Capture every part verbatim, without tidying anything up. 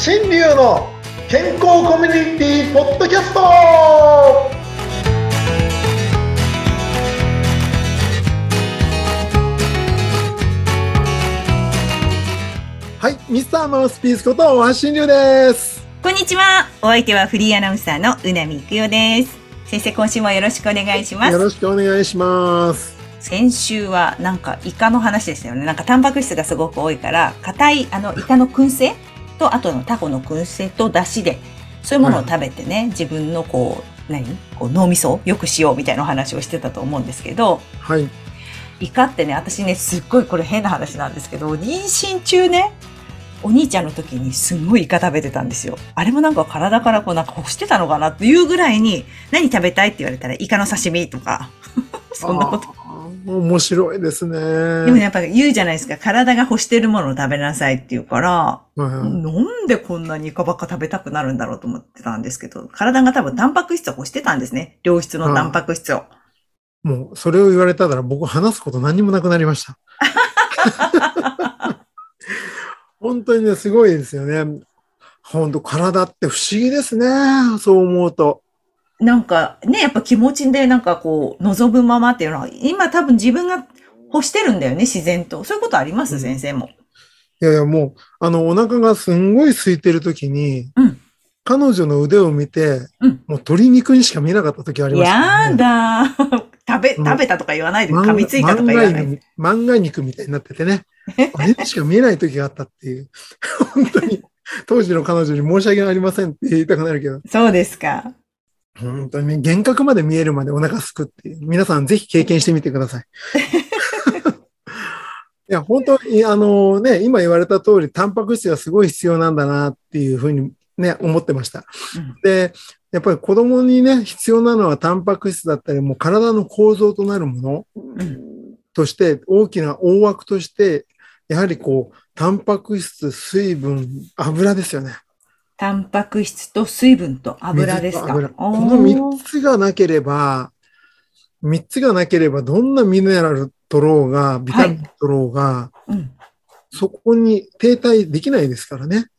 新流の健康コミュニティポッドキャスト。はい、ミスターマウスピースこと大橋新流です。 こんにちは。お相手はフリーアナウンサーの宇波育代です。先生、今週もよろしくお願いします。 よろしくお願いします。 先週はなんかイカの話でしたよね。なんかタンパク質がすごく多いから、硬いあのイカの燻製と、あとのタコの燻製と出汁で、そういうものを食べてね、はい、自分のこう、何こう脳みそを良くしようみたいなお話をしてたと思うんですけど、 はい。 イカってね、私ね、すっごいこれ変な話なんですけど、妊娠中ね、お兄ちゃんの時にすんごいイカ食べてたんですよ。あれもなんか体からこうなんか欲してたのかなっていうぐらいに、何食べたいって言われたらイカの刺身とか、そんなこと。 面白いですね。 でもね、やっぱり言うじゃないですか。体が欲してるものを食べなさいって言うから、 うん、 なんでこんなにイカばっか食べたくなるんだろうと思ってたんですけど、体が多分タンパク質を欲してたんですね。良質のタンパク質を。 もう、それを言われたら僕話すこと何にもなくなりました。本当にね、すごいですよね。本当、体って不思議ですね。そう思うと。 なんかね、やっぱ気持ちでなんかこう、望むままっていうのは、今多分自分が欲してるんだよね、自然と。そういうことあります、うん、先生も。 いやいや、もう、あの、お腹がすんごい空いてるときに、うん、彼女の腕を見て、うん、もう鶏肉にしか見えなかったときありましたね。 やだ食べ、食べたとか言わないで、噛みついたとか言わないで。 漫画肉みたいになっててね。あれにしか見えないときがあったっていう。本当に、当時の彼女に申し訳ありませんって言いたくなるけど。 そうですか。 本当に、ね、幻覚まで見えるまでお腹すくっていう。皆さんぜひ経験してみてください。いや、本当に、あのね、今言われた通り、タンパク質がすごい必要なんだなっていうふうにね、思ってました。うん、で、やっぱり子供にね、必要なのはタンパク質だったり、もう体の構造となるものとして、大きな大枠として、やはりこう、タンパク質、水分、油ですよね。 タンパク質と水分と油ですか。 油。このみっつがなければ、みっつがなければ、どんなミネラル取ろうが、ビタミン取ろうが、はいうん、そこに停滞できないですからね。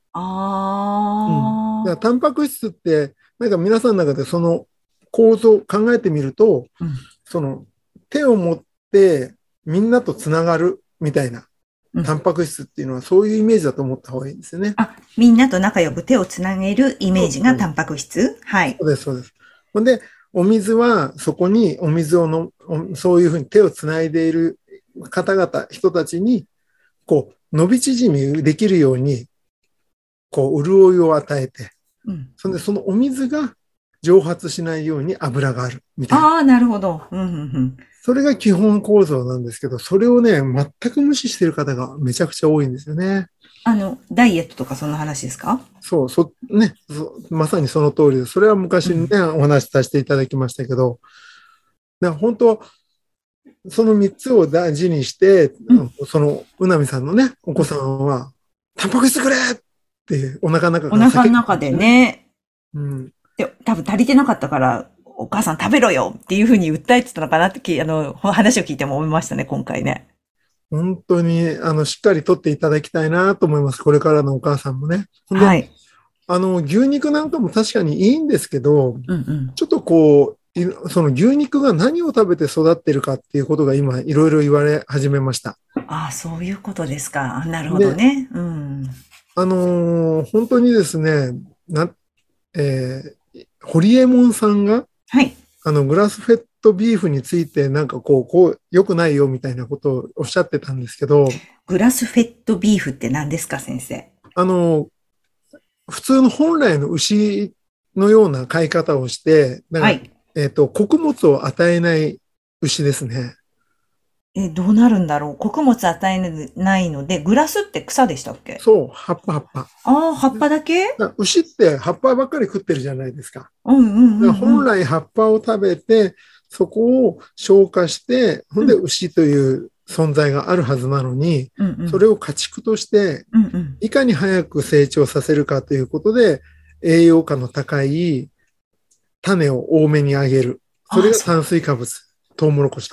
ああ、 うん。だからタンパク質って、なんか皆さんの中でその構造を考えてみると、うん、その手を持ってみんなとつながるみたいな、うん、タンパク質っていうのはそういうイメージだと思った方がいいんですよね。 あ、みんなと仲良く手をつなげるイメージがタンパク質？はい。 そうです、そうです。ほんで、お水はそこにお水をの、そういうふうに手をつないでいる方々、人たちに、こう、伸び縮みできるように、こう、潤いを与えて、うん、そんで、そのお水が蒸発しないように油がある、みたいな。 ああ、なるほど、うんうんうん。 それが基本構造なんですけど、それをね、全く無視している方がめちゃくちゃ多いんですよね。 あの、ダイエットとかそんな話ですか？ そう、そ、ね、そまさにその通りです。それは昔にね、うん、お話しさせていただきましたけど、本当、そのみっつを大事にして、うん、その、うなみさんのね、お子さんは、タンパク質くれってお腹の中から、ね、お腹の中でね。 うん。 で、多分足りてなかったから、お母さん食べろよっていうふうに訴えてたのかなって、あの、話を聞いても思いましたね、今回ね。 本当に、あの、しっかりとっていただきたいなと思います。これからのお母さんもね。 はい。 あの、牛肉なんかも確かにいいんですけど、 うんうん、 ちょっとこう、その牛肉が何を食べて育ってるかっていうことが今いろいろ言われ始めました。 ああ、そういうことですか。なるほどね。うん。 あのー、本当にですね、な、えー、ホリエモンさんが、 はい。 あの、グラスフェッドビーフについてなんかこう、こう、良くないよみたいなことをおっしゃってたんですけど。 グラスフェッドビーフって何ですか、先生？ あの、普通の本来の牛のような飼い方をして、なんか、はい、えっと、穀物を与えない牛ですね。 え、どうなるんだろう。穀物与えないので、グラスって草でしたっけ？ そう、葉っぱ葉っぱ。 ああ、葉っぱだけ？ 牛って葉っぱばっかり食ってるじゃないですか。 うんうんうん、うん。 本来葉っぱを食べて、そこを消化して、ほんで牛という存在があるはずなのに、うんうん、それを家畜として、いかに早く成長させるかということで、栄養価の高い種を多めにあげる。それが炭水化物、トウモロコシとか。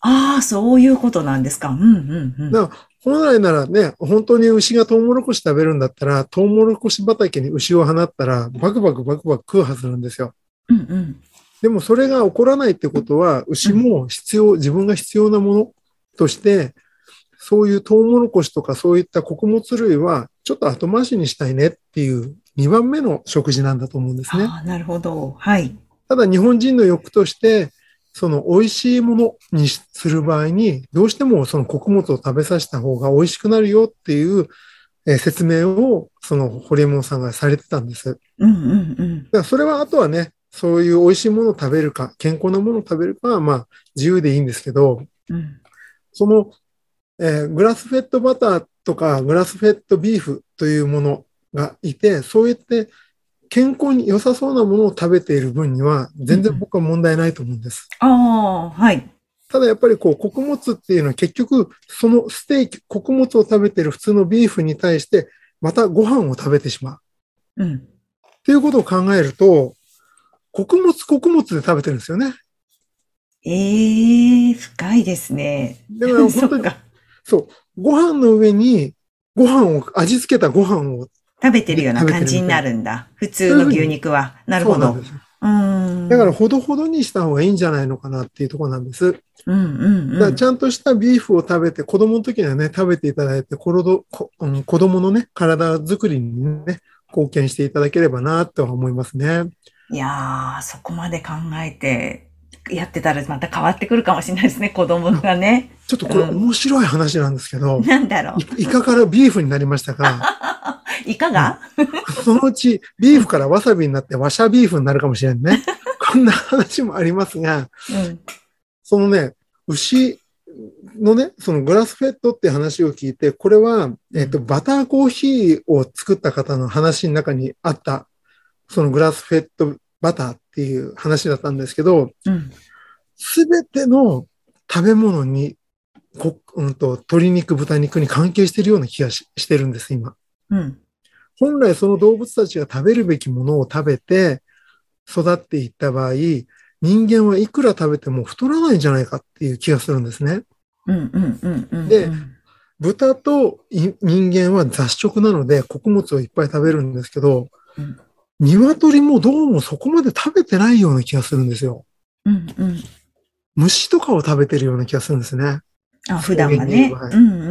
ああ、そういうことなんですか。うんうんうん。 だから本来ならね、本当に牛がトウモロコシ食べるんだったら、トウモロコシ畑に牛を放ったら、バクバクバクバク食うはずなんですよ。 うんうん。 でもそれが起こらないってことは、 うん。 牛も必要、自分が必要なものとして、そういうトウモロコシとかそういった穀物類は、ちょっと後回しにしたいねっていうにばんめの食事なんだと思うんですね。 ああ、なるほど。はい。 ただ日本人の欲として、その美味しいものにする場合に、どうしてもその穀物を食べさせた方が美味しくなるよっていうえ説明を、そのホリエモンさんがされてたんです。だかうんうんうん。 らそれはあとはね、そういう美味しいものを食べるか、健康なものを食べるかは、まあ自由でいいんですけど、 うん。 その、えーグラスフェッドバターとかグラスフェッドビーフというものがいて、そうやって健康に良さそうなものを食べている分には、全然うんうん。 僕は問題ないと思うんです。 ああ、はい。 ただやっぱりこう、穀物っていうのは結局、そのステーキ、穀物を食べている普通のビーフに対して、またご飯を食べてしまう。 うん。 っていうことを考えると、穀物穀物で食べてるんですよね。 ええ、深いですね。 だから本当に、 そっか。 そう、ご飯の上にご飯を、味付けたご飯を、 食べてるね、食べような感じにてるみたいな。 なるんだ。普通の牛そういうふうに、 肉は。なるほど。 そうなんです。 うーん。 だからほどほどにした方がいいんじゃないのかなっていうところなんです。だかうんうんうん。 らちゃんとしたビーフを食べて、子供の時にはね、食べていただいて、子どこうん、子供のね、体作りにね、貢献していただければなとは思いますね。 いやー、そこまで考えてやってたらまた変わってくるかもしれないですね、子供あ、 がね。 ちょっとこれうん。 面白い話なんですけど、 なんだろいイカからビーフになりましたが、 う。いかうん。 がそのうちビーフからわさびになってワシャビーフになるかもしれんね。こんな話もありますが、 うん。 そのね、牛のね、そのグラスフェッドって話を聞いて、これは、えっと、 うん。 バターコーヒーを作った方の話の中にあった、そのグラスフェッドバターっていう話だったんですけど、 うん。 すべての食べ物に、こうんと、鶏肉、豚肉に関係しているような気がししてるんです、今。 うん。 本来その動物たちが食べるべきものを食べて育っていった場合、人間はいくら食べても太らないんじゃないかっていう気がするんですね。 うん。うん。うん。うん。うで、 ん。 豚と人間は雑食なので穀物をいっぱい食べるんですけど、 うん。 鶏もどうもそこまで食べてないような気がするんですよ。 うん。うん。 虫とかを食べてるような気がするんですね。 あ、普草段はね。 原にいる場合。 うん。うん。うん。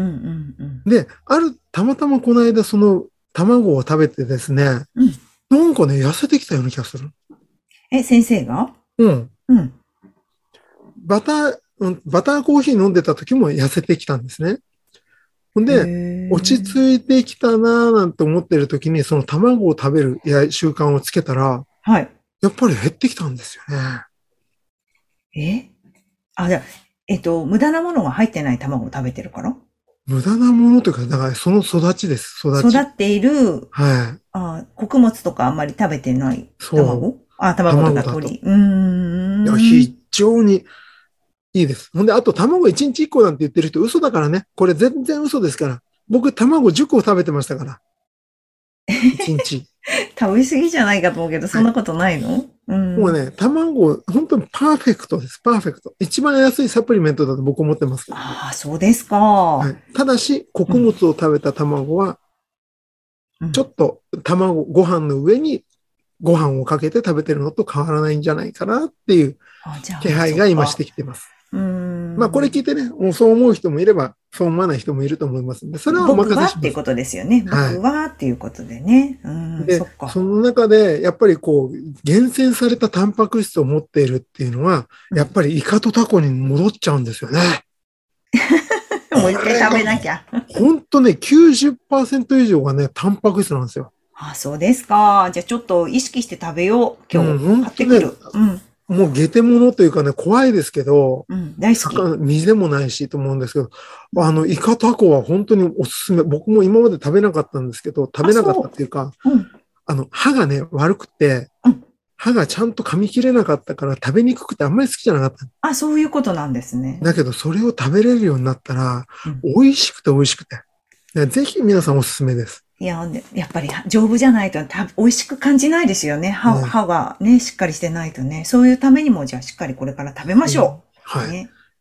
うん。 で、ある、たまたまこの間その卵を食べてですね、 うん。 なんかね、痩せてきたような気がする。 え、先生がうん。 うん。 バター、うん、バターコーヒー飲んでた時も痩せてきたんですね。ほんへで、落ちえ。 着いてきたなーなんて思ってる時に、その卵を食べるや習慣をつけたら、 はい。 やっぱり減ってきたんですよね。 えあ、じゃあ、えっと、無駄なものが入ってない卵を食べてるから無駄なものというか、だからその育ちです、育ち。 育っている、 はい。 あ、穀物とかあんまり食べてないそう。 卵あ、卵とか卵だと。 鳥。うーいや、 ん。 非常にいいです。ほんで、あと卵いちにちいっこなんて言ってる人嘘だからね。これ全然嘘ですから。僕、卵じゅっこ食べてましたから。いちにち。 食べ過ぎじゃないかと思うけど、そはい。 んなことないのうん。 もうね、卵、本当にパーフェクトです。パーフェクト。一番安いサプリメントだと僕思ってますけども。 ああ、そうですか。 はい。ただし、穀物うん。 を食べた卵は、 うん。 ちょっと卵、ご飯の上にご飯をかけて食べてるのと変わらないんじゃないかなっていうあ、じゃ気あ、 配が今しそっか。 てきてます。 うーまあ、これ聞ん。 いてね、もうそう思う人もいれば、そう思わない人もいると思いますんで、それはお僕任せします。 はっていうことですよね。 は僕はっていうことでね。うい。 ーん、そで、 っか。 その中で、やっぱりこう、厳選されたタンパク質を持っているっていうのは、 うん。 やっぱりイカとタコに戻っちゃうんですよね。 もう一回食これが、 べなきゃ。 ほんとね、きゅうじゅっパーセント以上がね、タンパク質なんですよ。 あ、そうですか。じゃあちょっと意識して食べよう。今日。 うん、ほんとね、 買ってくる。うん。 もう下手物というかね、怖いですけど、 うん。大好き。 魚、身でもないしと思うんですけど、 うん。 あの、イカタコは本当におすすめ。僕も今まで食べなかったんですけど、食あ、 べなかったっそていうか、 う。うん。 あの、歯がね、悪くて、 うん。 歯がちゃんと噛み切れなかったから食べにくくてあんまり好きじゃなかった。 あ、そういうことなんですね。 だけど、それを食べれるようになったら、 うん。 美味しくて美味しくて。ぜひ皆さんおすすめです。 いや、ねやっぱり丈夫じゃないとた美味しく感じないですよね。歯、 ね。 歯がね、しっかりしてないとね。そういうためにも、じゃあしっかりこれから食べまうん。 しょう。 はい。 ね。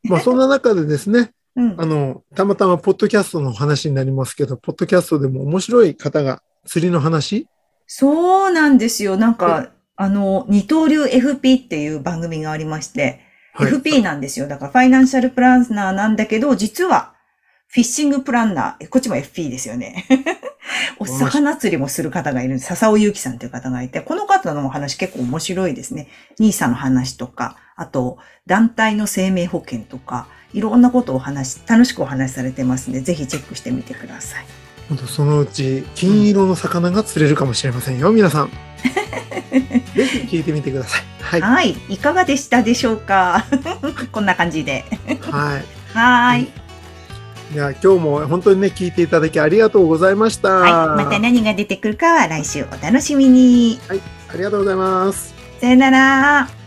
まあそんな中でですね、 うん。 あの、たまたまポッドキャストの話になりますけど、ポッドキャストでも面白い方が釣りの話、 そうなんですよ。なんね、 か、あの、二刀流 エフピー っていう番組がありまして、 はい。 エフピー なんですよ。だからファイナンシャルプランナーなんだけど、実はフィッシングプランナー、こっちも エフピー ですよね。おおもし、 魚釣りもする方がいるんです。笹尾祐樹さんという方がいて、この方のお話結構面白いですね。ニーサの話とか、あと、団体の生命保険とか、いろんなことをお話し、楽しくお話しされてますので、ぜひチェックしてみてください。 本当そのうちうん。 金色の魚が釣れるかもしれませんよ、皆さん。ぜひ聞いてみてください。はい。 はい。いかがでしたでしょうか？こんな感じで。 はい。 はーい。 いや、今日も本当にね、聞いていただきありがとうございました。 はい。または何が出てくるかは来週お楽しみに。 い。ありがとうございます。 さよなら。